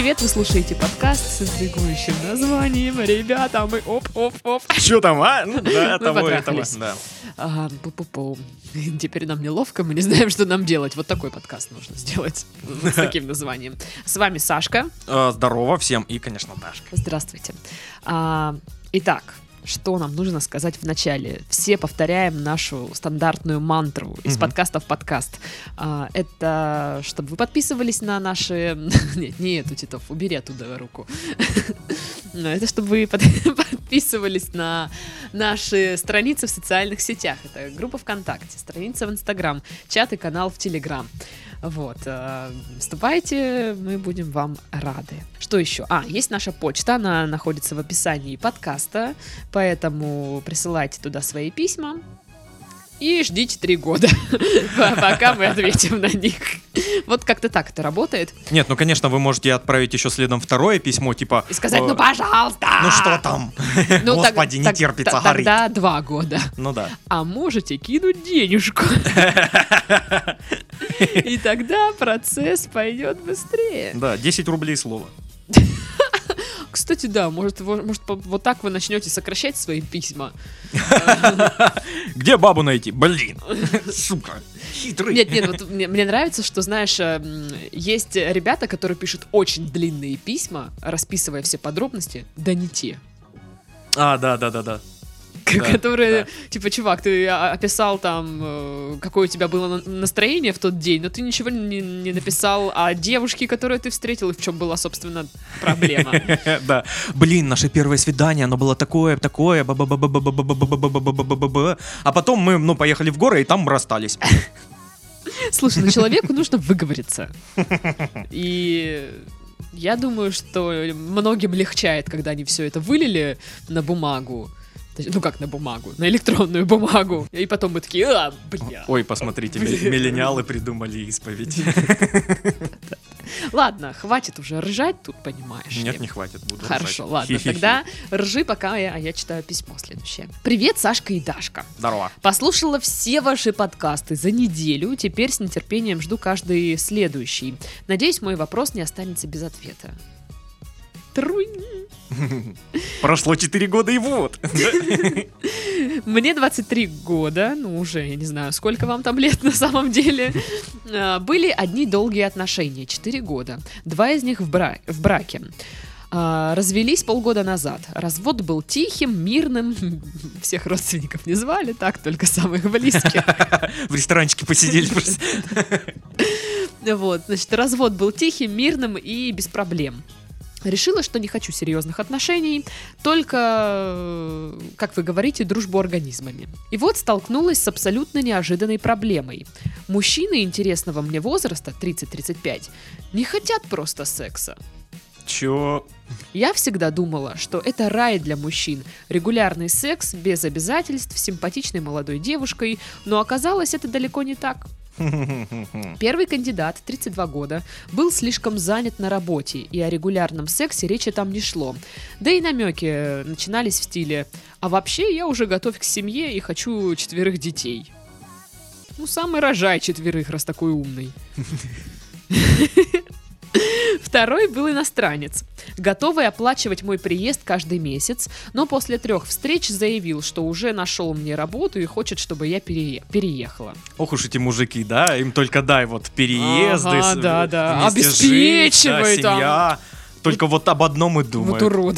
привет, вы слушаете подкаст с интригующим названием «Ребята, мы оп-оп-оп». Что там, а? Мы того, потрахались. да. Пу-пу-пу. Теперь нам неловко, мы не знаем, что нам делать. Вот такой подкаст нужно сделать с таким названием. С вами Сашка. Здорово всем и, конечно, Дашка. Здравствуйте. Итак, что нам нужно сказать в начале? Все повторяем нашу стандартную мантру из подкаста в подкаст. Это чтобы вы подписывались на наши... Нет, не эту, Титов, убери оттуда руку. Это чтобы вы подписывались на наши страницы в социальных сетях. Это группа ВКонтакте, страница в Инстаграм, чат и канал в Телеграм. Вот, вступайте, мы будем вам рады. Что еще? Есть наша почта, она находится в описании подкаста, поэтому присылайте туда свои письма и ждите 3 года, пока мы ответим на них. Вот как-то так это работает. Нет, ну, конечно, вы можете отправить еще следом второе письмо, типа... И сказать, ну, пожалуйста! Ну, что там? Господи, не терпится, горит. Тогда 2 года. Ну, да. А можете кинуть денежку. И тогда процесс пойдет быстрее. Да, 10 рублей слово. Кстати, да, может вот так вы начнете сокращать свои письма. Где бабу найти? Блин, сука, хитрый. Нет, вот мне нравится, что, знаешь, есть ребята, которые пишут очень длинные письма, расписывая все подробности, да не те. Да. Которые, типа, чувак, ты описал там, какое у тебя было настроение в тот день, но ты ничего не написал о девушке, которую ты встретил, и в чем была, собственно, проблема. Да. Блин, наше первое свидание, оно было такое, а потом мы, поехали в горы, и там мы расстались. Слушай, человеку нужно выговориться. И... я думаю, что многим легчает, когда они все это вылили на бумагу. Ну как на бумагу, на электронную бумагу. И потом мы такие, бля. Ой, посмотрите, миллениалы придумали исповедь. Ладно, хватит уже ржать тут, понимаешь. Нет, не хватит, буду ржать. Хорошо, ладно, тогда ржи, пока я читаю письмо следующее. Привет, Сашка и Дашка. Здорово. Послушала все ваши подкасты за неделю, теперь с нетерпением жду каждый следующий. Надеюсь, мой вопрос не останется без ответа. Прошло 4 года и вот. Мне 23 года, уже, я не знаю, сколько вам там лет на самом деле. Были одни долгие отношения, 4 года. 2 из них в браке. Развелись полгода назад. Развод был тихим, мирным. Всех родственников не звали, так, только самых близких. В ресторанчике посидели просто. Вот, значит, развод был тихим, мирным и без проблем. Решила, что не хочу серьезных отношений, только, как вы говорите, дружбу организмами. И вот столкнулась с абсолютно неожиданной проблемой. Мужчины интересного мне возраста, 30-35, не хотят просто секса. Чё? Я всегда думала, что это рай для мужчин. Регулярный секс, без обязательств, с симпатичной молодой девушкой, но оказалось, это далеко не так. Первый кандидат, 32 года, был слишком занят на работе, и о регулярном сексе речи там не шло. Да и намеки начинались в стиле «А вообще я уже готов к семье и хочу 4 детей». Сам и рожай 4, раз такой умный. Второй был иностранец, готовый оплачивать мой приезд каждый месяц, но после 3 встреч заявил, что уже нашел мне работу и хочет, чтобы я переехала. Ох уж эти мужики, да, им только дай вот переезды, да, обеспечивай там. Семья. Только вот об одном и думают. Вот уроды.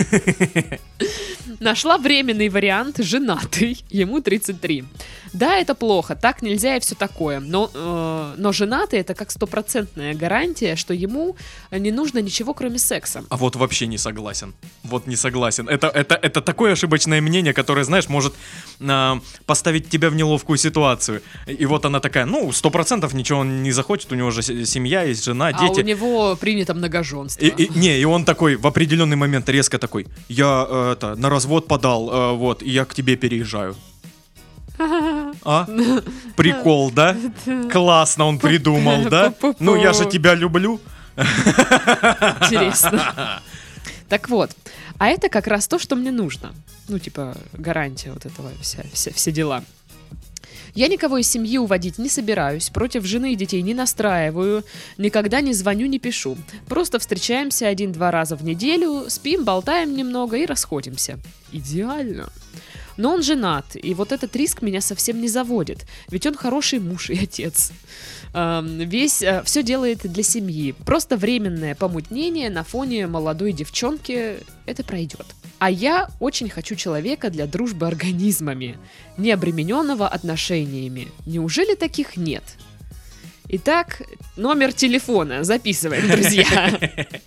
Нашла временный вариант, женатый, ему 33. Да, это плохо, так нельзя и все такое, но женатый — это как 100% гарантия, что ему не нужно ничего, кроме секса. А вот вообще не согласен. Вот не согласен. Это такое ошибочное мнение, которое, знаешь, может поставить тебя в неловкую ситуацию. И вот она такая, 100% ничего он не захочет, у него же семья есть, жена, дети. А у него принято многоженство. И он такой в определенный момент резко такой, я на развод подал, вот, и я к тебе переезжаю. Прикол, да? Классно он придумал, да? Ну, я же тебя люблю. Интересно. Так вот, а это как раз то, что мне нужно. Гарантия вот этого, все дела. Я никого из семьи уводить не собираюсь, против жены и детей не настраиваю, никогда не звоню, не пишу. Просто встречаемся 1-2 раза в неделю, спим, болтаем немного и расходимся. Идеально. Но он женат, и вот этот риск меня совсем не заводит, ведь он хороший муж и отец. Все делает для семьи. Просто временное помутнение на фоне молодой девчонки, это пройдет. А я очень хочу человека для дружбы организмами, не обремененного отношениями. Неужели таких нет? Итак, номер телефона записываем, друзья.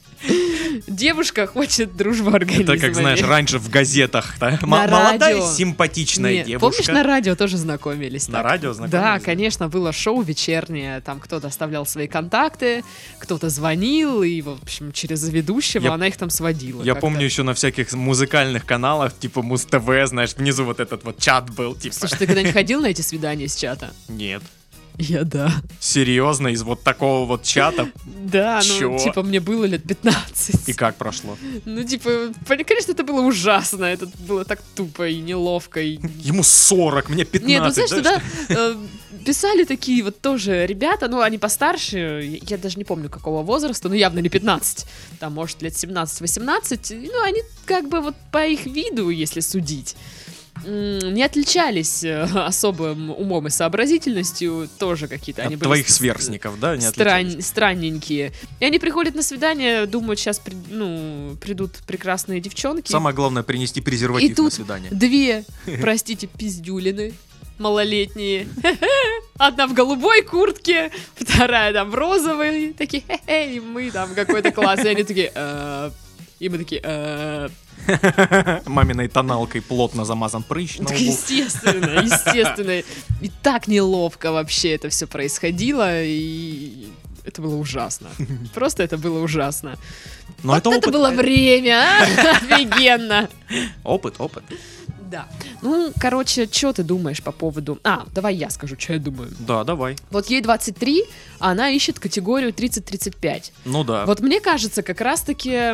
Девушка хочет дружбу организмами. Это как, знаешь, раньше в газетах. Да? Молодая, симпатичная девушка. Помнишь, на радио тоже знакомились? На радио знакомились? Да, конечно, было шоу вечернее. Там кто-то оставлял свои контакты, кто-то звонил, и, в общем, через ведущего она их там сводила. Я помню еще на всяких музыкальных каналах, типа Муз-ТВ, знаешь, внизу вот этот вот чат был. Типа. Слушай, ты когда-нибудь ходил на эти свидания с чата? Нет. Я да. Серьезно, из вот такого вот чата? Да, ну, типа, мне было лет 15. И как прошло? Ну, типа, конечно, это было ужасно, это было так тупо и неловко. Ему 40, мне 15. Нет, ну, знаешь, туда писали такие вот тоже ребята, ну, они постарше, я даже не помню, какого возраста, но явно не 15, там, может, лет 17-18, ну, они как бы вот по их виду, если судить, не отличались особым умом и сообразительностью, тоже какие-то они от были твоих сверстников, да, не отличались? Странненькие. И они приходят на свидание, думают, сейчас придут прекрасные девчонки. Самое главное принести презерватив и тут на свидание. 2, простите, пиздюлины малолетние. Одна в голубой куртке, вторая там в розовой. Такие, хе-хе, мы там какой-то класс. И они такие, и мы такие, маминой тоналкой плотно замазан прыщ на лбу. Естественно. И так неловко вообще это все происходило, и это было ужасно. Просто это было ужасно. Но вот это было время, офигенно. Опыт. Да. Ну, короче, что ты думаешь по поводу... давай я скажу, что я думаю. Да, давай. Вот ей 23, а она ищет категорию 30-35. Ну да. Вот мне кажется, как раз-таки...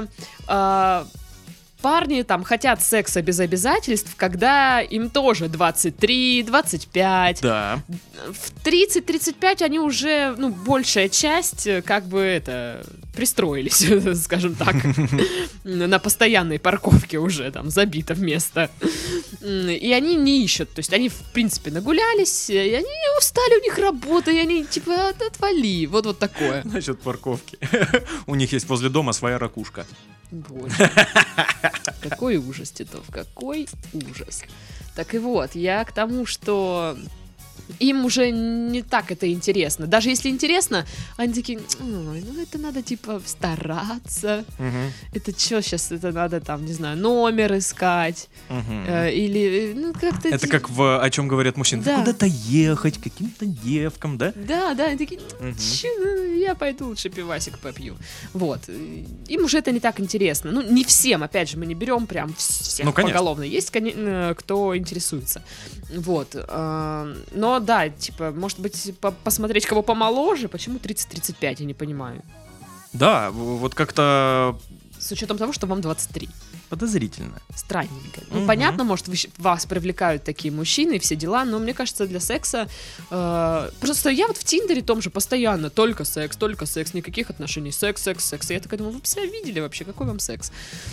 парни там хотят секса без обязательств, когда им тоже 23, 25. Да. В 30-35 они уже, большая часть, как бы пристроились, скажем так, на постоянной парковке уже там забито место. И они не ищут, то есть они, в принципе, нагулялись, и они устали, у них работа, и они типа, отвали, вот такое. Насчет парковки. У них есть возле дома своя ракушка. Боже. Какой ужас, Титов, какой ужас. Так и вот, я к тому, что им уже не так это интересно. Даже если интересно, они такие, это надо типа стараться. Это что сейчас, это надо там, не знаю, номер искать. Или, как-то... Это как о чем говорят мужчины. Да. Куда-то ехать, к каким-то девкам, да? Да, они такие, я пойду лучше пивасик попью. Вот. Им уже это не так интересно. Ну, не всем, опять же, мы не берем прям всех поголовно. Есть, кто интересуется. Вот. Но да, типа, может быть, посмотреть кого помоложе. Почему 30-35, я не понимаю. Да, вот как-то... С учетом того, что вам 23. Подозрительно. Странненько. Понятно, может, вас привлекают такие мужчины и все дела, но мне кажется, для секса... просто я вот в Тиндере том же постоянно только секс, никаких отношений. Секс. И я такая думаю, вы себя видели вообще? Какой вам секс?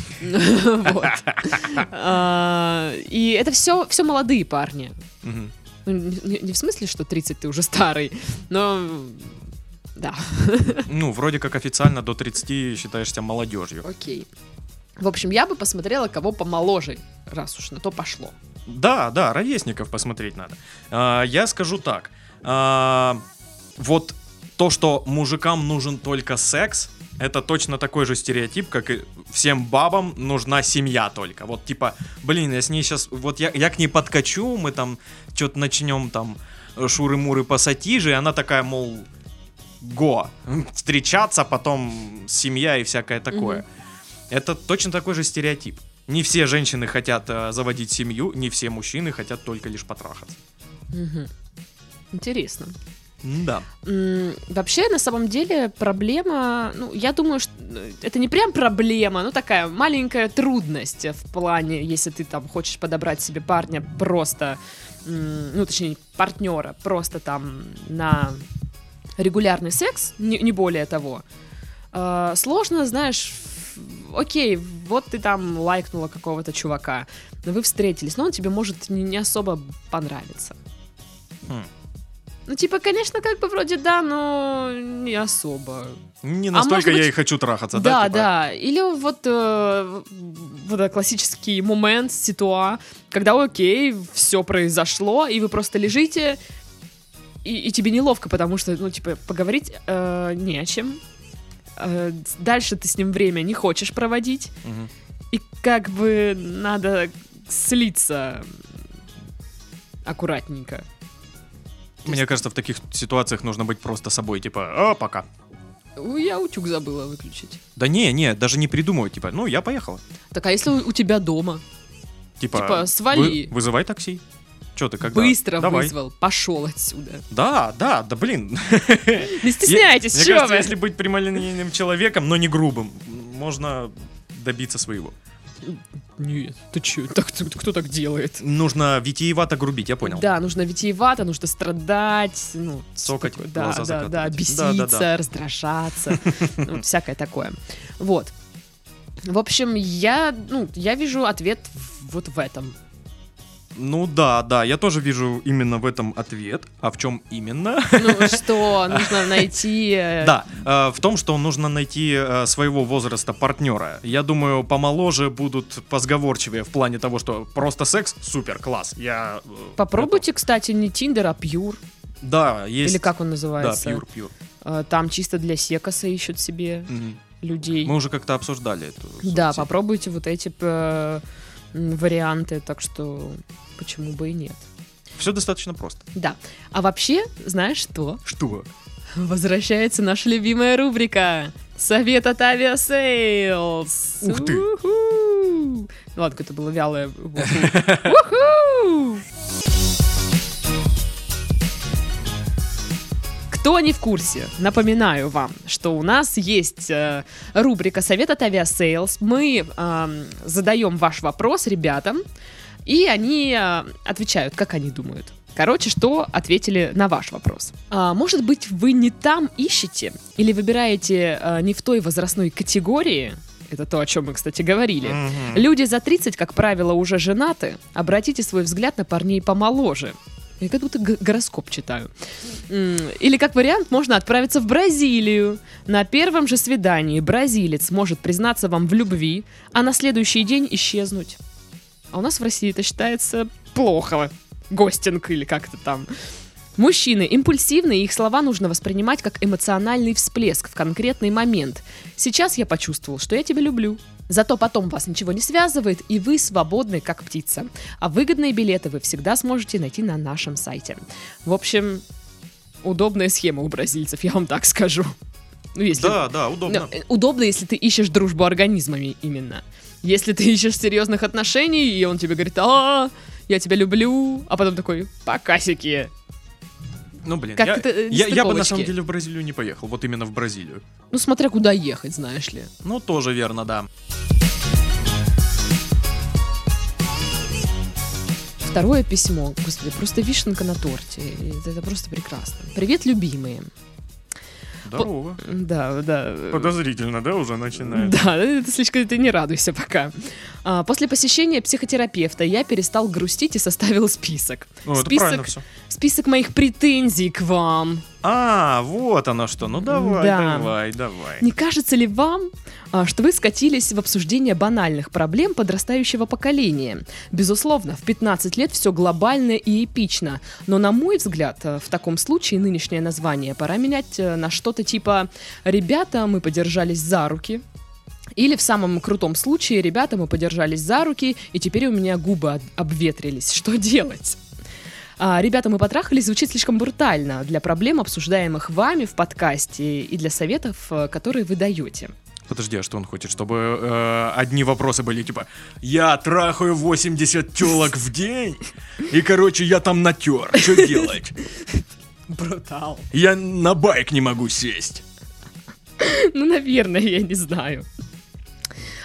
И это все молодые парни. Не в смысле, что 30 ты уже старый, но... Да. Вроде как официально до 30 считаешься молодежью. Окей. В общем, я бы посмотрела, кого помоложе, раз уж на то пошло. Да, ровесников посмотреть надо. Я скажу так. Вот то, что мужикам нужен только секс, это точно такой же стереотип, как и всем бабам нужна семья только. Вот типа, я с ней сейчас... Вот я к ней подкачу, мы там что-то начнем там шуры-муры пассатижи, и она такая, мол... встречаться, потом семья и всякое такое. Это точно такой же стереотип. Не все женщины хотят заводить семью, не все мужчины хотят только лишь потрахаться. Интересно. Да. Вообще, на самом деле, проблема, я думаю, что это не прям проблема, такая маленькая трудность в плане, если ты там хочешь подобрать себе парня просто ну, точнее, партнера просто там на регулярный секс, не более того, сложно, знаешь, окей, вот ты там лайкнула какого-то чувака, но вы встретились, но он тебе может не особо понравиться. Ну, типа, конечно, как бы вроде да, но не особо. Не настолько я и хочу трахаться, да? Да, типа? да. Или вот этот классический момент, ситуа, когда, окей, все произошло, и вы просто лежите, и тебе неловко, потому что, ну, типа, поговорить не о чем. Дальше ты с ним время не хочешь проводить, и как бы надо слиться аккуратненько. Мне кажется, в таких ситуациях нужно быть просто собой, типа, пока. Я утюг забыла выключить. Да не, даже не придумывать, типа, ну, я поехала. Так, а если у тебя дома? Типа свали. Вызывай такси. Че ты, когда? Быстро Давай. вызвал, пошел отсюда. Да, блин. Не стесняйтесь, Мне чё кажется, вы? если быть прямолинейным человеком, но не грубым, можно добиться своего. Нет, ты чё, кто так делает? Нужно витиевато грубить, я понял. Да, нужно витиевато, нужно страдать, ну, Цокать, такое, глаза да, закатывать. беситься, Да. раздражаться, ну, всякое такое. Вот. В общем, я вижу ответ вот в этом. Ну да, я тоже вижу именно в этом ответ. А в чем именно? Ну, что нужно найти... Да, в том, что нужно найти своего возраста партнера. Я думаю, помоложе будут позговорчивее в плане того, что просто секс, супер, класс. Попробуйте, кстати, не Tinder, а Pure. Да, есть. Или как он называется? Да, Pure. Там чисто для секаса ищут себе людей. Мы уже как-то обсуждали эту Да, соцсеть. попробуйте вот эти варианты, так что почему бы и нет. Все достаточно просто. Да. А вообще, знаешь что? Что? Возвращается наша любимая рубрика «Совет от Авиасейлс». Ух ты! Ну ладно, это было вялое. Уху! Кто не в курсе, напоминаю вам, что у нас есть рубрика «Совет от Авиасейлс». Мы задаем ваш вопрос ребятам, и они отвечают, как они думают. Короче, что ответили на ваш вопрос. Может быть, вы не там ищете или выбираете не в той возрастной категории? Это то, о чем мы, кстати, говорили. Люди за 30, как правило, уже женаты. Обратите свой взгляд на парней помоложе. Я как будто гороскоп читаю. Или, как вариант, можно отправиться в Бразилию. На первом же свидании бразилец может признаться вам в любви, а на следующий день исчезнуть. А у нас в России это считается плохо. Гостинг или как-то там. Мужчины импульсивны, и их слова нужно воспринимать как эмоциональный всплеск в конкретный момент. Сейчас я почувствовал, что я тебя люблю. Зато потом вас ничего не связывает, и вы свободны, как птица. А выгодные билеты вы всегда сможете найти на нашем сайте. В общем, удобная схема у бразильцев, я вам так скажу. Ну, если... Да, удобно. Удобно, если ты ищешь дружбу организмами именно. Если ты ищешь серьезных отношений, и он тебе говорит: я тебя люблю, а потом такой: покасики. Ну, блин, Как я бы на самом деле в Бразилию не поехал, вот именно в Бразилию. Ну, смотря куда ехать, знаешь ли. Ну, тоже верно, да. Второе письмо, господи, просто вишенка на торте. Это просто прекрасно. Привет, любимые. Здорово. Да. Подозрительно, да, уже начинает? Да, это слишком, ты не радуйся пока. После посещения психотерапевта я перестал грустить и составил список. Это правильно все. Список моих претензий к вам. Вот оно что. Ну давай. Не кажется ли вам, что вы скатились в обсуждение банальных проблем подрастающего поколения? Безусловно, в 15 лет все глобально и эпично, но, на мой взгляд, в таком случае нынешнее название пора менять на что-то типа «Ребята, мы подержались за руки». Или в самом крутом случае «Ребята, мы подержались за руки, и теперь у меня губы обветрились. Что делать?» «Ребята, мы потрахались» звучит слишком брутально для проблем, обсуждаемых вами в подкасте, и для советов, которые вы даете. Подожди, а что он хочет? Чтобы одни вопросы были типа: я трахаю 80 тёлок в день, и, короче, я там натер. Что делать? Брутал. Я на байк не могу сесть. Ну, наверное, я не знаю.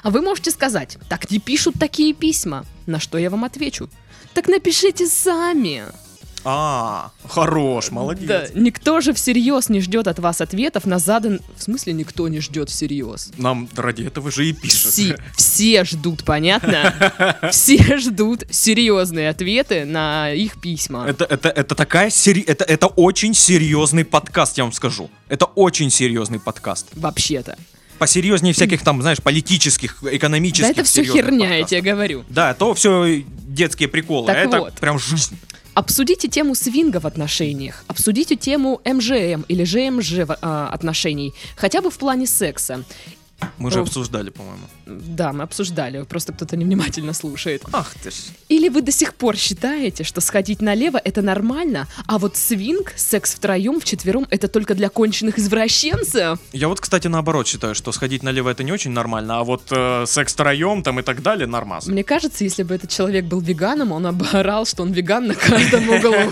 А вы можете сказать, так не пишут такие письма. На что я вам отвечу? Так напишите сами. Хорош, молодец. Да, никто же всерьез не ждет от вас ответов на задан... В смысле никто не ждет всерьез? Нам ради этого же и пишут. Все ждут, понятно? Все ждут серьезные ответы на их письма. Это такая это очень серьезный подкаст, я вам скажу. Это очень серьезный подкаст. Вообще-то. Посерьезнее всяких там, знаешь, политических, экономических. Да это все херня, я тебе говорю. Да, то все детские приколы, так а это вот. прям жизнь. Обсудите тему свинга в отношениях, обсудите тему МЖМ или ЖМЖ отношений, хотя бы в плане секса. Мы же обсуждали, по-моему. Да, мы обсуждали, просто кто-то невнимательно слушает. Ах ты ж. Или вы до сих пор считаете, что сходить налево это нормально, а вот свинг, секс втроем, вчетвером это только для конченых извращенцев? Я вот, кстати, наоборот считаю, что сходить налево это не очень нормально, а вот секс втроем там и так далее нормас. Мне кажется, если бы этот человек был веганом, он бы орал, что он веган на каждом углу.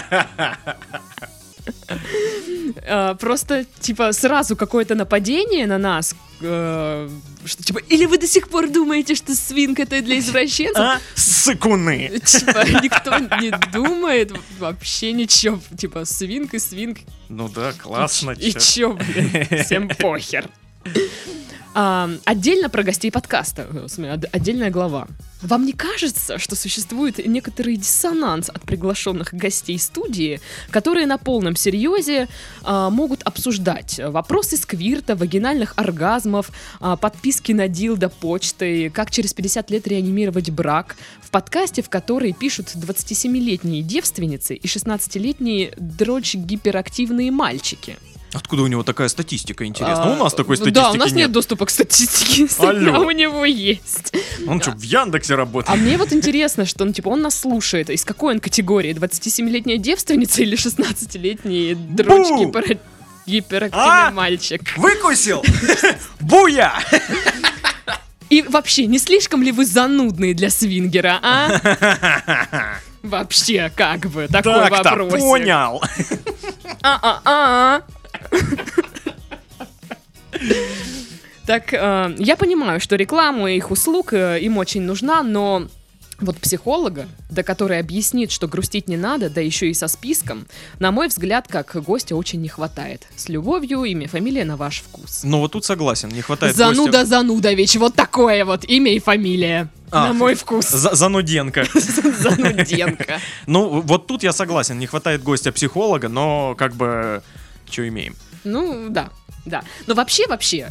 Просто, типа, сразу какое-то нападение на нас, что, типа, или вы до сих пор думаете, что свинг это для извращенцев? Сыкуны! Типа, никто не думает вообще ничего, типа, свинг и свинг. Ну да, классно. И чё, блин, всем похер. Отдельно про гостей подкаста, отдельная глава. Вам не кажется, что существует некоторый диссонанс от приглашенных гостей студии, которые на полном серьезе могут обсуждать вопросы сквирта, вагинальных оргазмов, подписки на дилдо почтой, как через 50 лет реанимировать брак, в подкасте, в который пишут 27-летние девственницы и 16-летние дрочь-гиперактивные мальчики? Откуда у него такая статистика, интересно? У нас такой статистики нет. Да, у нас нет доступа к статистике, а у него есть. Он что, в Яндексе работает? А мне вот интересно, что он нас слушает. Из какой он категории? 27-летняя девственница или 16-летний дрочь-гиперактивный мальчик? Выкусил! Буя! И вообще, не слишком ли вы занудные для свингера, а? Вообще, как бы, такой вопросик. Понял. Так, я понимаю, что реклама их услуг им очень нужна, но вот психолога, до которой объяснит, что грустить не надо, да еще и со списком, на мой взгляд, как гостя очень не хватает. С любовью, имя, фамилия на ваш вкус. Ну вот тут согласен, не хватает гостя. Занудович, вот такое вот имя и фамилия. На мой вкус. Зануденко. Зануденко. Ну вот тут я согласен, не хватает гостя-психолога, но как бы, что имеем? Ну да. Да, но вообще,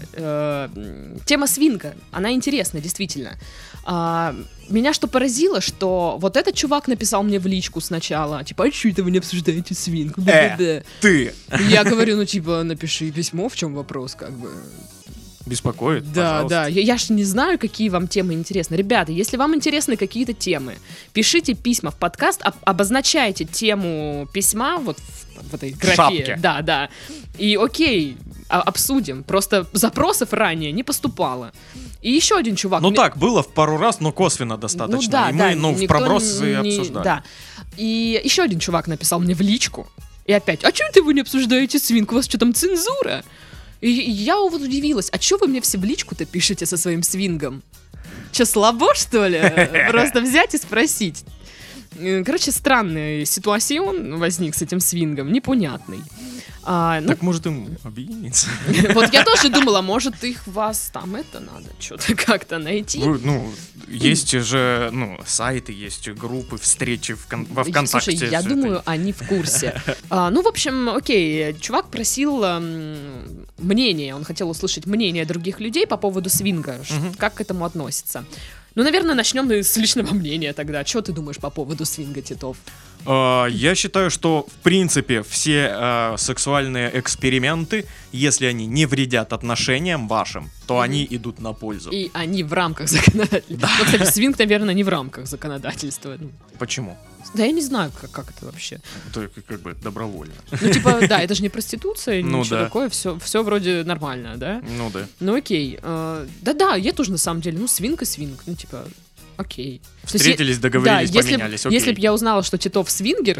тема свинга, она интересна, действительно. Меня что поразило, что вот этот чувак написал мне в личку сначала, типа, а что это вы не обсуждаете свинг? Ты! Я говорю, ну типа, напиши письмо, в чем вопрос, как бы. Беспокоит, да, пожалуйста. Да, я ж не знаю, какие вам темы интересны. Ребята, если вам интересны какие-то темы, пишите письма в подкаст, обозначайте тему письма вот в этой графе. Шапке. Да. И окей, обсудим. Просто запросов ранее не поступало. И еще один чувак... Ну так, было в пару раз, но косвенно достаточно. Ну да, и мы в пробросы обсуждали. Да. И еще один чувак написал мне в личку. И опять, а что это вы не обсуждаете свинг? У вас что там, цензура? И я вот удивилась, а чё вы мне все в личку-то пишете со своим свингом? Чё, слабо, что ли? Просто взять и спросить. Короче, странный ситуацион возник с этим свингом, непонятный. Так может им объединиться? Вот я тоже думала, может их вас там это надо что-то как-то найти. Есть же, сайты, есть группы, встречи во ВКонтакте. Слушай, я думаю, они в курсе. В общем, окей, чувак просил мнение, он хотел услышать мнение других людей по поводу свинга, как к этому относится. Ну, наверное, начнем с личного мнения тогда. Что ты думаешь по поводу свинга, Титов? Я считаю, что, в принципе, все сексуальные эксперименты, если они не вредят отношениям вашим, то они идут на пользу. И они в рамках законодательства. Да. Ну, кстати, свинг, наверное, не в рамках законодательства. Почему? Да я не знаю, как это вообще. Это как бы добровольно. Ну, типа, да, это же не проституция, ничего такое, все вроде нормально, да? Ну да. Ну окей. Да, я тоже на самом деле, свинг и свинг, окей. Встретились, договорились, поменялись, окей. Если бы я узнала, что Титов свингер,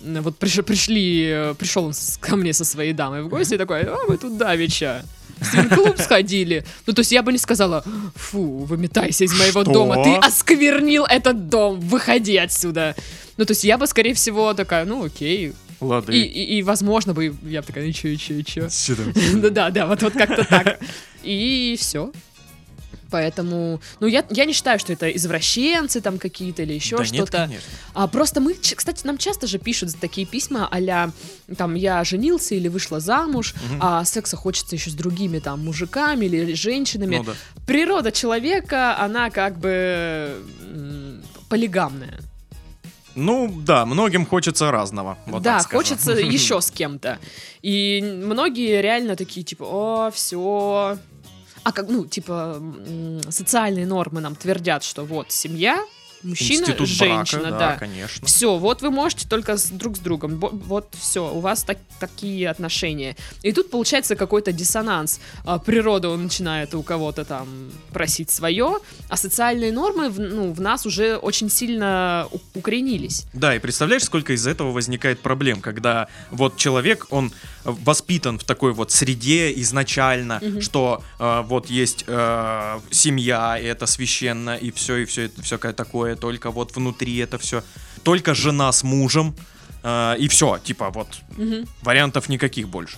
вот пришел он ко мне со своей дамой в гости и такой: мы тут давеча в свинг-клуб сходили. Ну, то есть я бы не сказала: фу, выметайся из моего дома, ты осквернил этот дом, выходи отсюда. Ну, то есть я бы, скорее всего, такая: ну, окей. Ладно. И возможно бы я бы такая: ничего. Сюда. Да, вот как-то так. И все. Поэтому, ну, я не считаю, что это извращенцы там какие-то или еще Да что-то. нет, Просто мы, кстати, нам часто же пишут такие письма а-ля, там, я женился или вышла замуж, а секса хочется еще с другими там мужиками или женщинами. Ну, да. Природа человека, она как бы полигамная. Ну, да, многим хочется разного. Вот да, так скажем. хочется еще с кем-то. И многие реально такие, типа: все... А как, ну, типа, социальные нормы нам твердят, что вот семья, мужчина, институт женщина, брака, да. конечно. Все, вот вы можете только друг с другом. Вот все, у вас такие отношения. И тут получается какой-то диссонанс. Природа начинает у кого-то там просить свое, а социальные нормы в нас уже очень сильно укоренились. Да, и представляешь, сколько из этого возникает проблем, когда вот человек, он воспитан в такой вот среде изначально, что вот есть семья, и это священно, и все это все такое, только вот внутри это все, только жена с мужем, и все, типа вот вариантов никаких больше.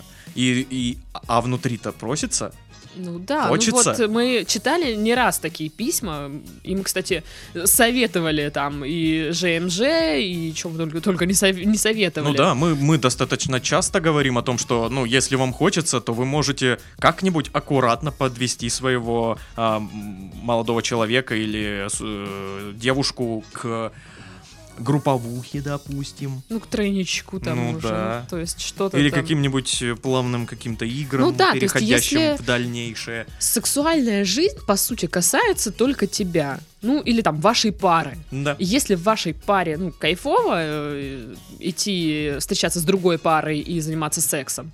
А внутри-то просится. Ну да, хочется. Ну вот мы читали не раз такие письма, им, кстати, советовали там и ЖМЖ, и чего только не советовали. Ну да, мы достаточно часто говорим о том, что, ну, если вам хочется, то вы можете как-нибудь аккуратно подвести своего молодого человека или девушку к групповухе, допустим. Ну, к тройничку там ну, уже. Да. Ну, то есть что-то или там... каким-нибудь плавным каким-то играм, ну, да, переходящим в дальнейшее. Сексуальная жизнь, по сути, касается только тебя. Ну, или там вашей пары. Да. И если в вашей паре, ну, кайфово идти встречаться с другой парой и заниматься сексом,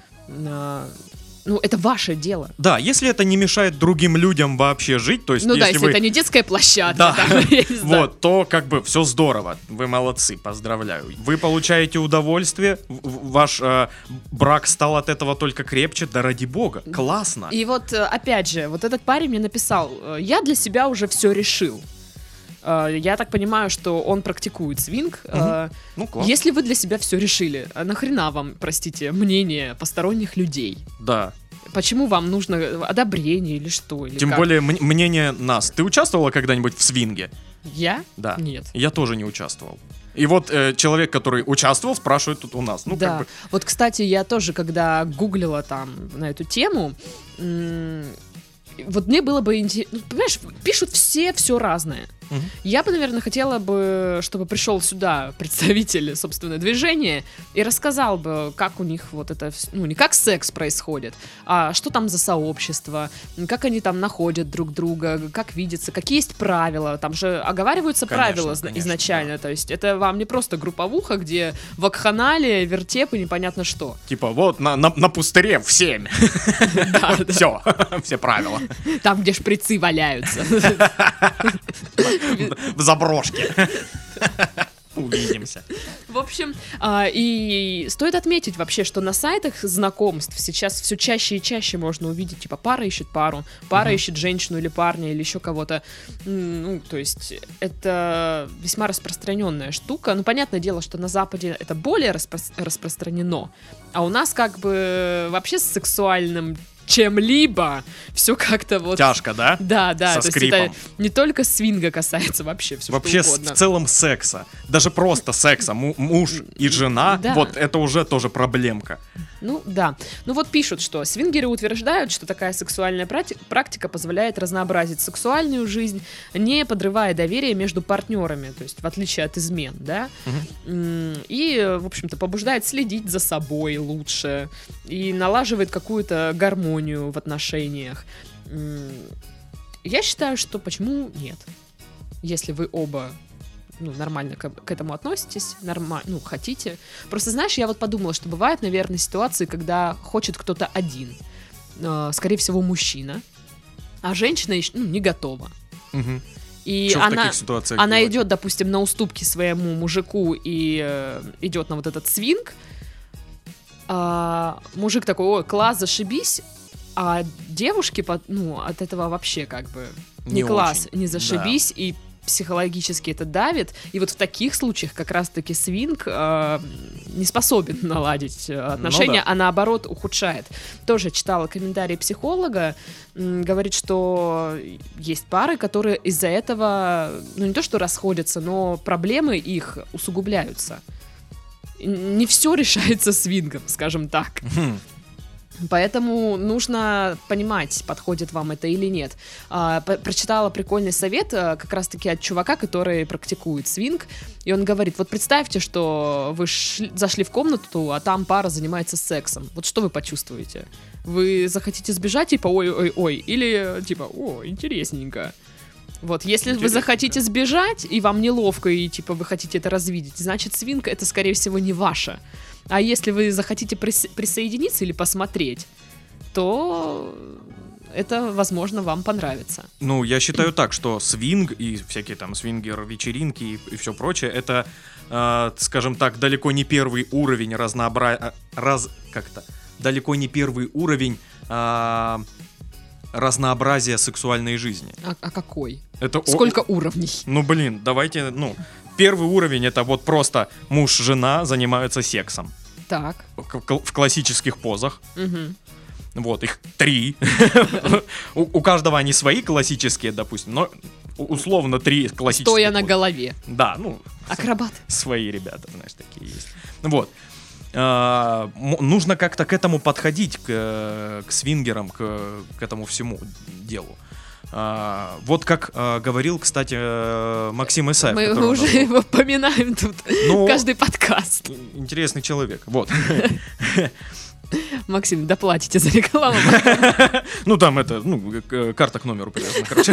ну, это ваше дело. Да, если это не мешает другим людям вообще жить, то есть... Ну да, если это не детская площадка. Да, там, вот, то как бы все здорово. Вы молодцы, поздравляю. Вы получаете удовольствие, ваш брак стал от этого только крепче, да ради бога, классно. И вот, опять же, вот этот парень мне написал: я для себя уже все решил. Я так понимаю, что он практикует свинг. Ну, класс. Если вы для себя все решили, нахрена вам, простите, мнение посторонних людей? Да. Почему вам нужно одобрение или что? Или Тем как? более мнение нас. Ты участвовала когда-нибудь в свинге? Я? Да. Нет. Я тоже не участвовал. И вот человек, который участвовал, спрашивает тут у нас. Ну, да. как бы... Вот, кстати, я тоже, когда гуглила там на эту тему, вот мне было бы интересно... Понимаешь, пишут все разное. Я бы, наверное, хотела бы, чтобы пришел сюда представитель, собственно, движения и рассказал бы, как у них вот это, ну, не как секс происходит, а что там за сообщество, как они там находят друг друга, как видятся, какие есть правила. Там же оговариваются правила изначально. Да. То есть это вам не просто групповуха, где вакханалия, вертеп и непонятно что. Типа вот на пустыре в 7. Все, все правила. Там, где шприцы валяются. В заброшке. Увидимся. В общем, и стоит отметить вообще, что на сайтах знакомств сейчас все чаще и чаще можно увидеть, типа, пара ищет пару, пара ищет женщину или парня, или еще кого-то. Ну, то есть это весьма распространенная штука. Ну, понятное дело, что на Западе это более распространено, а у нас как бы вообще с сексуальным чем-либо все как-то вот... Тяжко, да? Да, Со то скрипом. есть это не только свинга касается, вообще все вообще что угодно. в целом секса. Даже просто секса. Муж и жена, да. Вот это уже тоже проблемка. Ну, да. Ну, вот пишут, что свингеры утверждают, что такая сексуальная практика позволяет разнообразить сексуальную жизнь, не подрывая доверие между партнерами, то есть в отличие от измен, да? И, в общем-то, побуждает следить за собой лучше и налаживает какую-то гармонию в отношениях. Я считаю, что почему нет? Если вы оба нормально к этому относитесь, хотите. Просто, знаешь, я вот подумала, что бывают, наверное, ситуации, когда хочет кто-то один. Скорее всего, мужчина, а женщина еще не готова. И Что в таких ситуациях она делать? идет, допустим, на уступки своему мужику и идет на вот этот свинг. Мужик такой: ой, класс, зашибись. А девушке, от этого вообще как бы не класс, очень. не зашибись, и психологически это давит. И вот в таких случаях как раз-таки свинг не способен наладить отношения, а наоборот ухудшает. Тоже читала комментарии психолога, говорит, что есть пары, которые из-за этого, не то что расходятся, но проблемы их усугубляются. Не все решается свингом, скажем так. Поэтому нужно понимать, подходит вам это или нет. Прочитала прикольный совет как раз-таки от чувака, который практикует свинг. И он говорит: вот представьте, что вы зашли в комнату, а там пара занимается сексом. Вот что вы почувствуете? Вы захотите сбежать, типа ой-ой-ой, или типа о, интересненько. Вот, если вы захотите сбежать, и вам неловко, и типа вы хотите это развидеть, значит свинг это, скорее всего, не ваше. А если вы захотите присоединиться или посмотреть, то это, возможно, вам понравится. Ну, я считаю так, что свинг и всякие там свингер-вечеринки и все прочее, это, скажем так, далеко не первый уровень далеко не первый уровень разнообразия сексуальной жизни. А какой? Это сколько уровней? Ну, блин, давайте, первый уровень это вот просто муж-жена занимаются сексом. Так. В классических позах. Угу. Вот, их 3. У каждого они свои классические, допустим, но условно 3 классические. Стоя на голове. Да, Акробат. Свои ребята, знаешь, такие есть. Вот. Нужно как-то к этому подходить, к свингерам, к этому всему делу. Вот как говорил, кстати, Максим Исаев. Мы уже его поминаем тут каждый подкаст. Интересный человек. Вот. Максим, доплатите за рекламу. Там карта к номеру привязана, короче.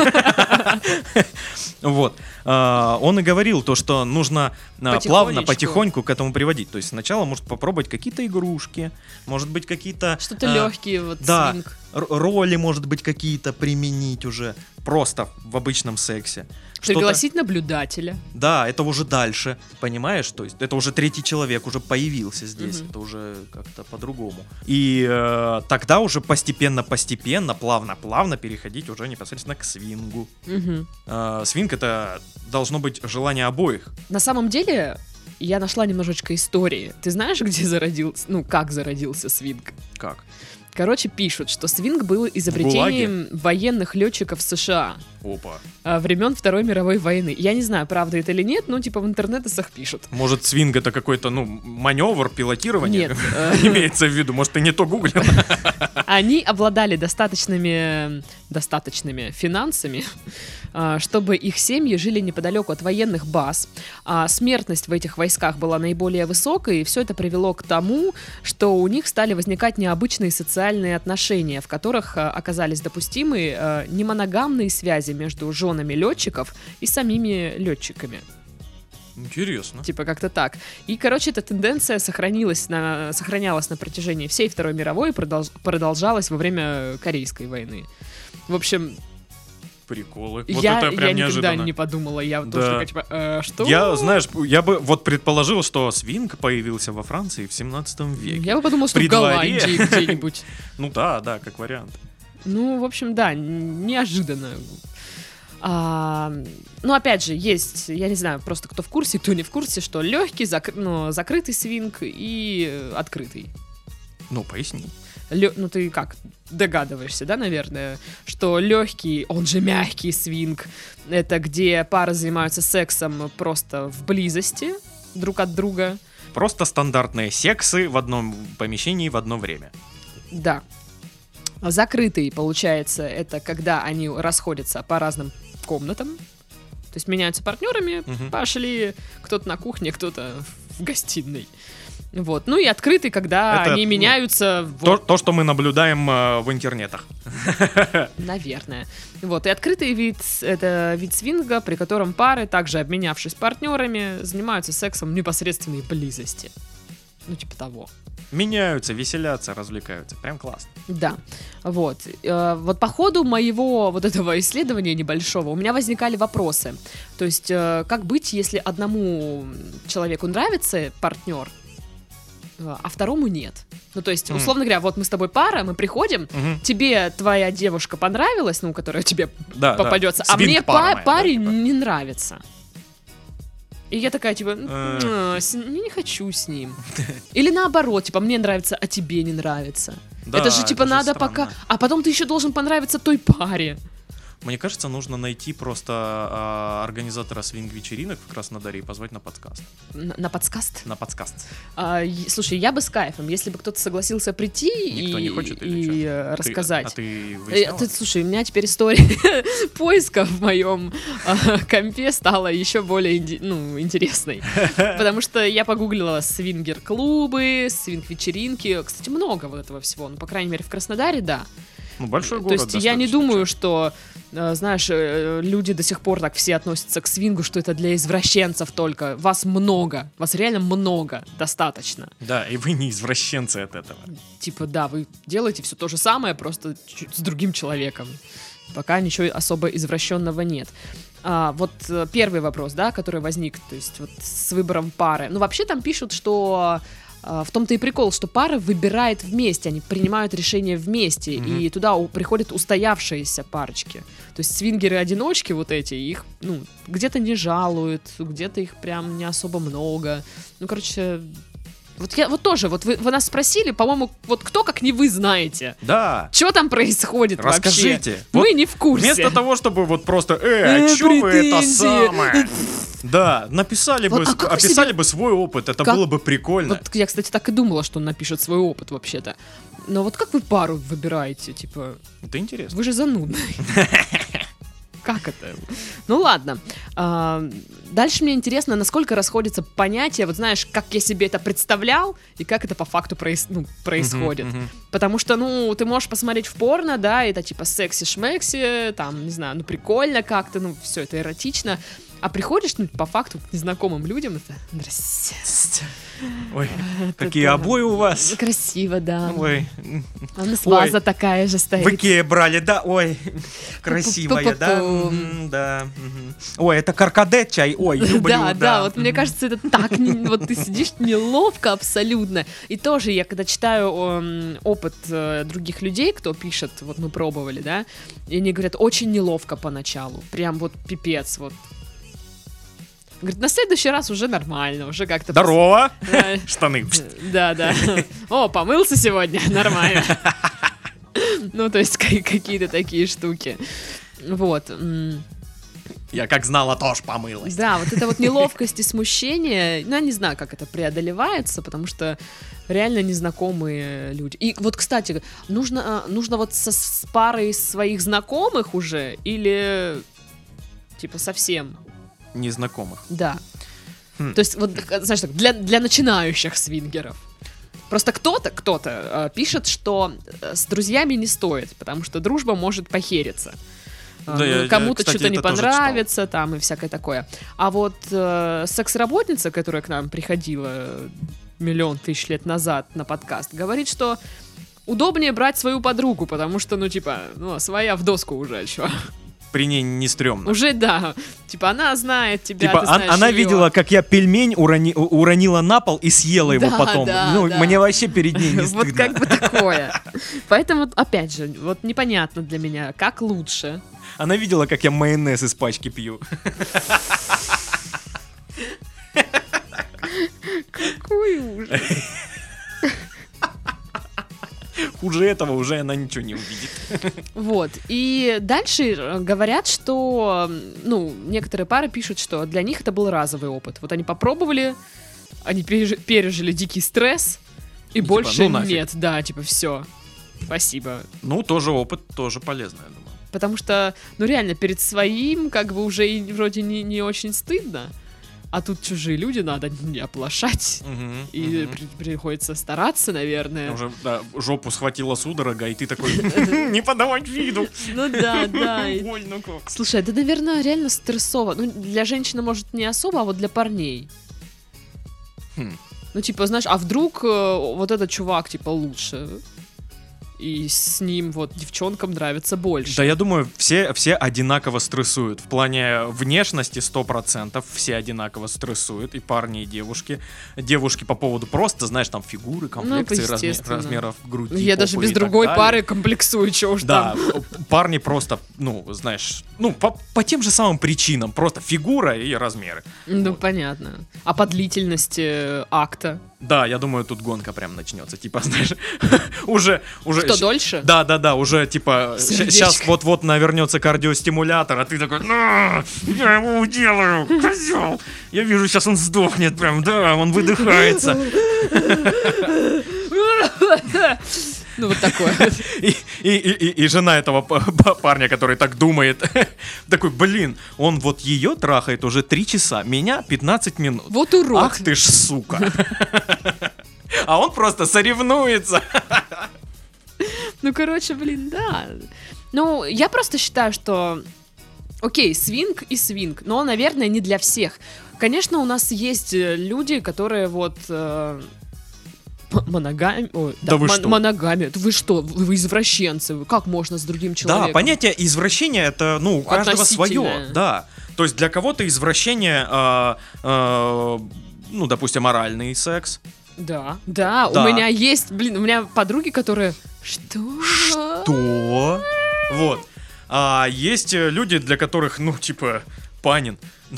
Вот. Он и говорил то, что нужно плавно, потихоньку к этому приводить. То есть сначала, может, попробовать какие-то игрушки, может быть, какие-то... Что-то легкие, свинг. Роли, может быть, какие-то применить уже просто в обычном сексе. Пригласить наблюдателя. Да, это уже дальше, понимаешь? То есть это уже третий человек уже появился здесь, это уже как-то по-другому. И тогда уже постепенно, плавно переходить уже непосредственно к свингу. Свинг — это должно быть желание обоих. На самом деле, я нашла немножечко истории. Ты знаешь, где как зародился свинг? Как? Короче, пишут, что свинг был изобретением военных летчиков США. Опа. Времен Второй мировой войны. Я не знаю, правда это или нет, но в интернетах пишут. Может, свинг — это какой-то, маневр, пилотирование? Нет. Имеется в виду, может, ты не то гуглил? Они обладали достаточными финансами, чтобы их семьи жили неподалеку от военных баз. Смертность в этих войсках была наиболее высокой, и все это привело к тому, что у них стали возникать необычные социальные отношения, в которых оказались допустимы немоногамные связи между женами летчиков и самими летчиками. Интересно. Типа как-то так. И, эта тенденция сохранялась на протяжении всей Второй мировой и продолжалась во время Корейской войны. В общем... Приколы. Я это прям никогда неожиданно. не подумала. Я тоже что? Я бы предположил, что свинг появился во Франции в 17 веке. Я бы подумала, что в Голландии где-нибудь. Да, как вариант. В общем, да, неожиданно. Опять же, есть, я не знаю, просто кто в курсе, кто не в курсе, что легкий, закрытый свинг и открытый. Поясни. Ты как, догадываешься, да, наверное, что легкий, он же мягкий свинг, это где пары занимаются сексом просто в близости друг от друга. Просто стандартные сексы в одном помещении в одно время. Да. Закрытый, получается, это когда они расходятся по разным комнатам, то есть меняются партнерами, пошли кто-то на кухне, кто-то в гостиной. Вот. И открытый, когда они меняются... То, что мы наблюдаем в интернетах. Наверное. Вот. И открытый вид — это вид свинга, при котором пары, также обменявшись партнерами, занимаются сексом в непосредственной близости. Типа того. Меняются, веселятся, развлекаются. Прям классно. Да, вот. Вот по ходу моего вот этого исследования небольшого у меня возникали вопросы. То есть, как быть, если одному человеку нравится партнер, а второму нет? Ну, то есть, условно говоря, вот мы с тобой пара, мы приходим, тебе твоя девушка понравилась, ну, которая тебе попадется, а мне парень не нравится. И я такая, типа, не хочу с ним. Или наоборот, типа, мне нравится, а тебе не нравится. Да, это же, типа, надо пока... А потом ты еще должен понравиться той паре. Мне кажется, нужно найти просто организатора свинг-вечеринок в Краснодаре и позвать на подкаст. На подкаст? На подкаст. Слушай, я бы с кайфом, если бы кто-то согласился прийти не хочет, или рассказать. Ты выясняла? Слушай, у меня теперь история поиска в моем компе стала еще более интересной. Потому что я погуглила свингер-клубы, свинг-вечеринки. Кстати, много вот этого всего. Ну, по крайней мере, в Краснодаре, да. Ну, большой город. То есть я не думаю, что, знаешь, люди до сих пор так все относятся к свингу, что это для извращенцев только. Вас много, вас реально много, достаточно. Да, и вы не извращенцы от этого. Типа, да, вы делаете все то же самое, просто чуть с другим человеком. Пока ничего особо извращенного нет. Вот первый вопрос, да, который возник, то есть вот с выбором пары. Ну, вообще там пишут, что... В том-то и прикол, что пара выбирает вместе, они принимают решения вместе, и туда приходят устоявшиеся парочки. То есть свингеры-одиночки вот эти, их, ну, где-то не жалуют, где-то их прям не особо много. Ну, короче, вот тоже, вот вы нас спросили, по-моему, вот кто, как не вы, знаете. Да. Что там происходит вообще? Расскажите. Мы вот не в курсе. Вместо того, чтобы вот просто, а чё вы это самое? Да, написали бы, описали бы свой опыт, это было бы прикольно. Вот я, кстати, так и думала, что он напишет свой опыт вообще-то. Но вот как вы пару выбираете, типа... Это интересно. Вы же занудный. Как это? Ну ладно. Дальше мне интересно, насколько расходятся понятия, вот знаешь, как я себе это представлял и как это по факту происходит. Потому что, ну, ты можешь посмотреть в порно, да, это типа секси-шмекси, там, не знаю, ну, прикольно как-то, ну, все это эротично. А приходишь, ну, по факту, к незнакомым людям, это... Здрасте. Ой, какие обои у вас. Красиво, да. Ой. У нас ваза такая же стоит. В Икее брали, да? Ой, красивая, да? Да. Ой, это каркаде чай, ой, люблю, да. Да, вот мне кажется, это так, вот ты сидишь неловко абсолютно. И тоже я, когда читаю опыт других людей, кто пишет, вот мы пробовали, да, и они говорят, очень неловко поначалу, прям вот пипец, вот. Говорит, на следующий раз уже нормально, уже как-то... Здорово! Штаны. Да. О, помылся сегодня, нормально. Ну, то есть какие-то такие штуки. Вот. Я как знала, тоже помылась. Да, вот это вот неловкость и смущение, ну, я не знаю, как это преодолевается, потому что реально незнакомые люди. И вот, кстати, нужно вот с парой своих знакомых уже или типа совсем... незнакомых. Да. То есть, вот, знаешь, так, для начинающих свингеров. Просто кто-то пишет, что с друзьями не стоит, потому что дружба может похериться. Да, кому-то что-то не понравится, там, и всякое такое. А вот секс-работница, которая к нам приходила 1 000 000 лет назад на подкаст, говорит, что удобнее брать свою подругу, потому что, ну, типа, ну, своя в доску уже, чё. При ней не стрёмно. Уже да. Типа она знает тебя, типа ты знаешь она её. видела, как я пельмень уронила на пол и съела его потом. Да, ну, да. мне вообще перед ней не стыдно. Вот как бы такое. Поэтому, опять же, вот непонятно для меня, как лучше. Она видела, как я майонез из пачки пью. Какой ужас. Хуже этого уже она ничего не увидит. Вот. И дальше говорят, что, ну, некоторые пары пишут, что для них это был разовый опыт. Вот они попробовали, они пережили дикий стресс, и типа, больше ну, нет. Да, типа, все. Спасибо. Ну, тоже опыт, тоже полезный, я думаю. Потому что, ну, реально, перед своим, как бы, уже и вроде не очень стыдно. А тут чужие люди, надо не оплошать. И приходится стараться, наверное. Уже, да, жопу схватила судорога, и ты такой, не подавать виду. Ну да. Больно как. Слушай, это, наверное, реально стрессово. Ну, для женщины, может, не особо, а вот для парней. Ну, типа, знаешь, а вдруг вот этот чувак, типа, лучше? И с ним вот девчонкам нравится больше. Да, я думаю, все одинаково стрессуют. В плане внешности 100% все одинаково стрессуют. И парни, и девушки. Девушки по поводу просто, знаешь, там фигуры, комплекции, размеров груди. Я даже без другой пары комплексую, чего уж да, там. парни просто, ну, знаешь, ну, по тем же самым причинам. Просто фигура и размеры. Ну, вот. Понятно. А по длительности акта? Да, я думаю, тут гонка прям начнется. Типа, знаешь, уже... Что, дольше? Да, уже, типа, сейчас вот-вот навернется кардиостимулятор, а ты такой, я его уделаю, козел. Я вижу, сейчас он сдохнет прям, да, он выдыхается. Ну, вот такое. И жена этого парня, который так думает, такой, блин, он вот ее трахает уже 3 часа, меня 15 минут. Вот урод. Ах ты ж сука. А он просто соревнуется. Ну, короче, блин, да. Ну, я просто считаю, что... Окей, свинг и свинг, но, наверное, не для всех. Конечно, у нас есть люди, которые вот... Моногами... Да вы что? Моногами. Вы что? Вы извращенцы. Как можно с другим человеком? Да, понятие извращения, это, ну, у каждого свое. Да. То есть для кого-то извращение, ну, допустим, оральный секс. Да, у меня есть, блин, у меня подруги, которые... Что? Вот. А есть люди, для которых, ну, типа, Панин.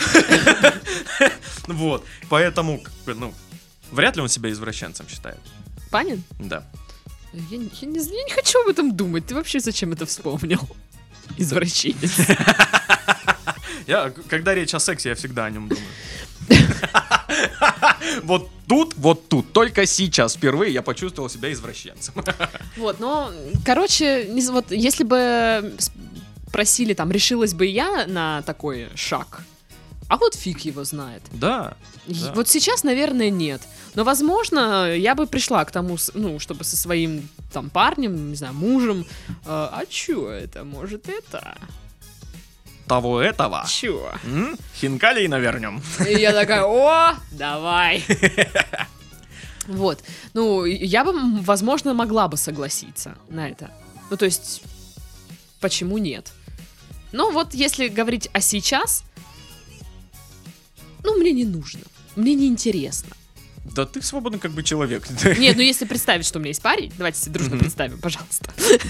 Вот. Поэтому, ну, вряд ли он себя извращенцем считает. Панин? Да. Я не хочу об этом думать. Ты вообще зачем это вспомнил? Извращенец. Когда речь о сексе, я всегда о нем думаю. Вот тут, только сейчас впервые я почувствовал себя извращенцем. Вот, ну, короче, вот если бы спросили, там, решилась бы я на такой шаг, а вот фиг его знает. Да. Вот сейчас, наверное, нет. Но, возможно, я бы пришла к тому, ну, чтобы со своим, там, парнем, не знаю, мужем, а чё это, может, это... Того этого. Чё? Хинкалей навернем. И я такая, о, давай. Вот. Ну, я бы, возможно, могла бы согласиться на это. Ну, то есть, почему нет? Но вот если говорить о сейчас, ну, мне не нужно. Мне не интересно. Да ты свободный как бы человек. Нет, ну если представить, что у меня есть парень, давайте себе дружно представим, пожалуйста.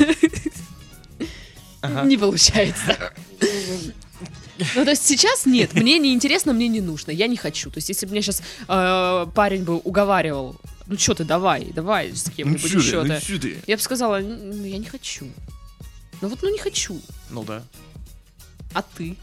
Не получается. Ну, то есть сейчас нет, мне не интересно, мне не нужно, я не хочу. То есть если бы мне сейчас парень бы уговаривал, ну что ты, давай с кем-нибудь еще-то, я бы сказала, ну, я не хочу. Ну вот, ну не хочу. Ну да. А ты?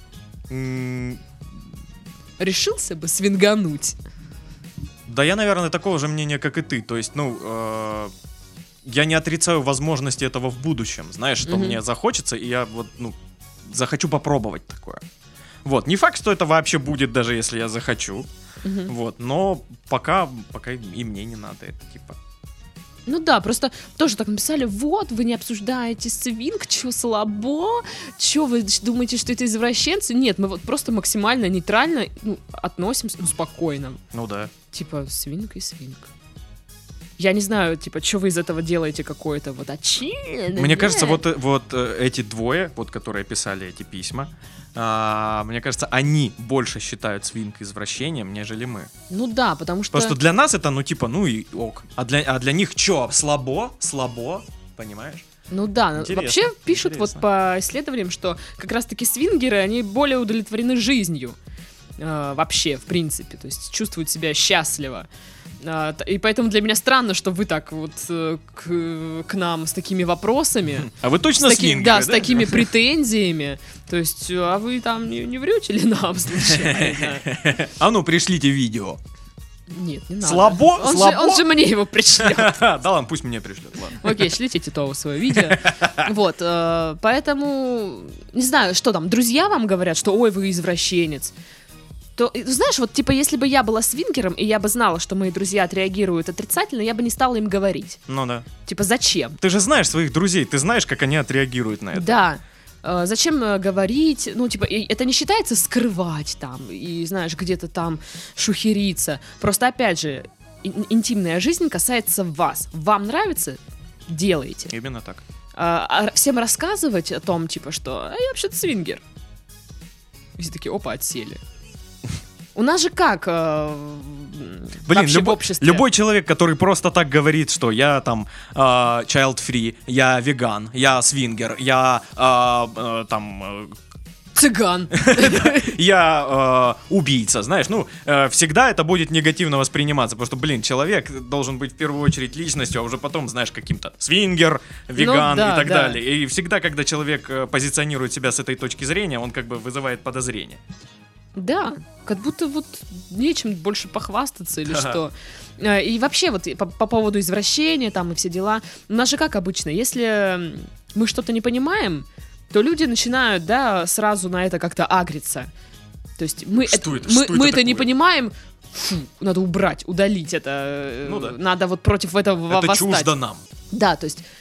Решился бы свингануть? Да я, наверное, такого же мнения, как и ты. То есть, ну, я не отрицаю возможности этого в будущем. Знаешь, что мне захочется, и я вот, ну, захочу попробовать такое. Вот, не факт, что это вообще будет, даже если я захочу. Вот, но пока и мне не надо это, типа. Ну да, просто тоже так написали, вот, вы не обсуждаете свинг, чё слабо, чё вы думаете, что это извращенцы? Нет, мы вот просто максимально нейтрально, ну, относимся, ну, спокойно. Ну да. Типа, свинг и свинг. Я не знаю, типа, что вы из этого делаете какое-то вот Мне кажется, вот эти двое, вот которые писали эти письма, мне кажется, они больше считают свинг извращением, нежели мы. Ну да, потому что... Просто для нас это, ну типа, ну и ок. А для них что, слабо, понимаешь? Ну да, интересно, вообще пишут интересно. вот по исследованиям, что как раз-таки свингеры, они более удовлетворены жизнью. Вообще, в принципе, то есть чувствуют себя счастливо. И поэтому для меня странно, что вы так вот к нам с такими вопросами. А вы точно свингеры, да? С такими претензиями. То есть, а вы там не врете ли нам случайно? А ну, пришлите видео. Нет, не надо. Слабо? Он же мне его пришлет. Да ладно, пусть мне пришлет, ладно. Окей, шлите Титову свое видео. Вот, поэтому, не знаю, что там, друзья вам говорят, что ой, вы извращенец. То, знаешь, вот, типа, если бы я была свингером, и я бы знала, что мои друзья отреагируют отрицательно, я бы не стала им говорить. Ну да. Типа, зачем? Ты же знаешь своих друзей, ты знаешь, как они отреагируют на это. Да. Зачем говорить? Ну, типа, это не считается скрывать там, и, знаешь, где-то там шухериться. Просто, опять же, интимная жизнь касается вас. Вам нравится? Делайте. Именно так. Всем рассказывать о том, типа, что я вообще-то свингер. И все такие, опа, отсели. У нас же как вообще в обществе? Любой человек, который просто так говорит, что я там child-free, я веган, я свингер, я там... Цыган. Я убийца, знаешь, всегда это будет негативно восприниматься, потому что, человек должен быть в первую очередь личностью, а уже потом, знаешь, каким-то свингер, веган и так далее. И всегда, когда человек позиционирует себя с этой точки зрения, он как бы вызывает подозрение. Да, как будто вот нечем больше похвастаться или что. И вообще вот по поводу извращения там и все дела, у нас же как обычно, если мы что-то не понимаем, то люди начинают, да, сразу на это как-то агриться. То есть мы это не понимаем, фу, надо убрать, удалить это, надо вот против этого восстать. Это чуждо нам. Да, то есть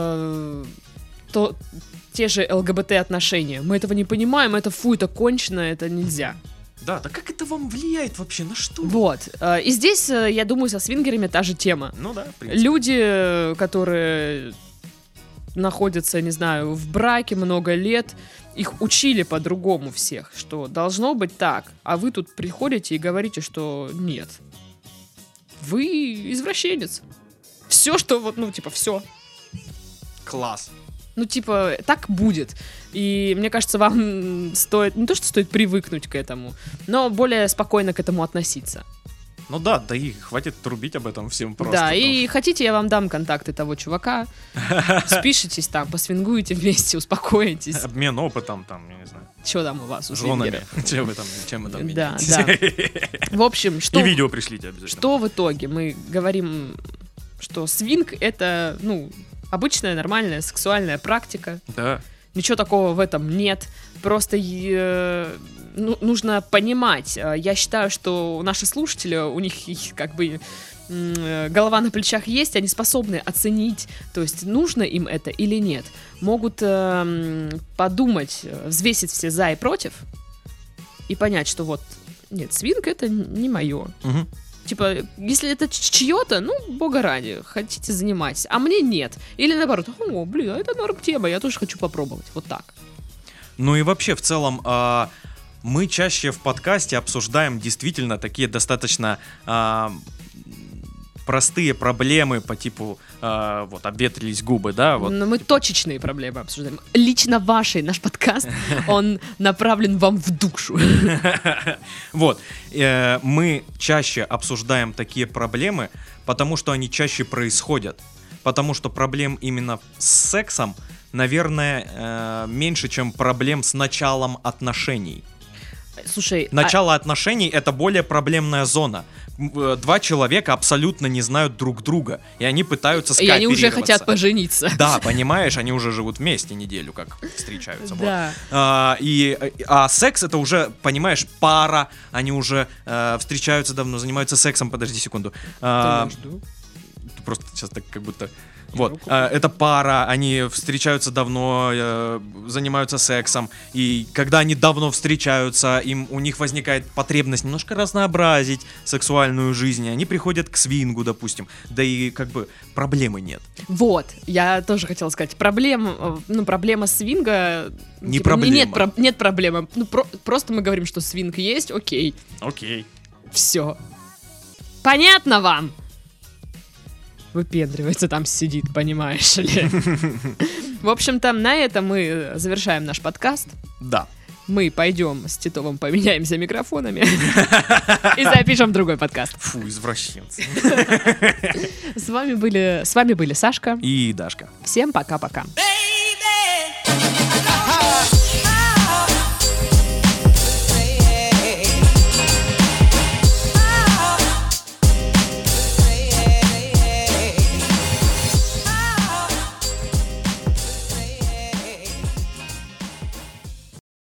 те же ЛГБТ-отношения, мы этого не понимаем, это фу, это кончено, это нельзя. Да, так как это вам влияет вообще, на что? Вот, и здесь, я думаю, со свингерами та же тема. Ну да, в принципе. Люди, которые находятся, не знаю, в браке много лет, их учили по-другому всех, что должно быть так, а вы тут приходите и говорите, что нет. Вы извращенец. Все, что вот, все. Класс. Так будет. И мне кажется, вам стоит, не то что стоит привыкнуть к этому, но более спокойно к этому относиться. Ну да и хватит трубить об этом всем просто. Да, и хотите, я вам дам контакты того чувака, спишитесь там, посвингуете вместе, успокоитесь. Обмен опытом там, я не знаю. Что там у вас, у женами? Чем вы там меняетесь? Да. В общем, что... И видео пришлите обязательно. Что в итоге? Мы говорим, что свинг — это, обычная, нормальная сексуальная практика. Да. Ничего такого в этом нет. Просто нужно понимать. Я считаю, что наши слушатели, у них как бы голова на плечах есть, они способны оценить, то есть нужно им это или нет. Могут подумать, взвесить все за и против и понять, что вот, нет, свинг — это не мое. Угу. Типа, если это чье-то, бога ради, хотите, занимайтесь, а мне нет. Или наоборот, это норм тема, я тоже хочу попробовать. Вот так. Ну и вообще, в целом, мы чаще в подкасте обсуждаем действительно такие достаточно простые проблемы по типу обветрились губы, да? Вот, но мы точечные проблемы обсуждаем. Лично ваши, наш подкаст, он направлен вам в душу. Вот. Мы чаще обсуждаем такие проблемы, потому что они чаще происходят. Потому что проблем именно с сексом, наверное, меньше, чем проблем с началом отношений. Слушай, начало отношений — это более проблемная зона. Два человека абсолютно не знают друг друга, и они пытаются скооперироваться. И они уже хотят пожениться. Да, понимаешь, они уже живут вместе неделю, как встречаются. Да. А секс — это уже, понимаешь, пара, они уже встречаются давно, занимаются сексом. Подожди секунду. Просто сейчас так как будто... Вот, это пара, они встречаются давно, занимаются сексом, и когда они давно встречаются, у них возникает потребность немножко разнообразить сексуальную жизнь, и они приходят к свингу, допустим, да и как бы проблемы нет. Вот, я тоже хотела сказать, проблема свинга... Не проблема. Нет проблемы, просто мы говорим, что свинг есть, окей. Окей. Все. Понятно вам? Выпендривается, там сидит, понимаешь ли. В общем-то, на этом мы завершаем наш подкаст. Да. Мы пойдем с Титовым поменяемся микрофонами и запишем другой подкаст. Фу, извращенцы. С вами были Сашка и Дашка. Всем пока-пока.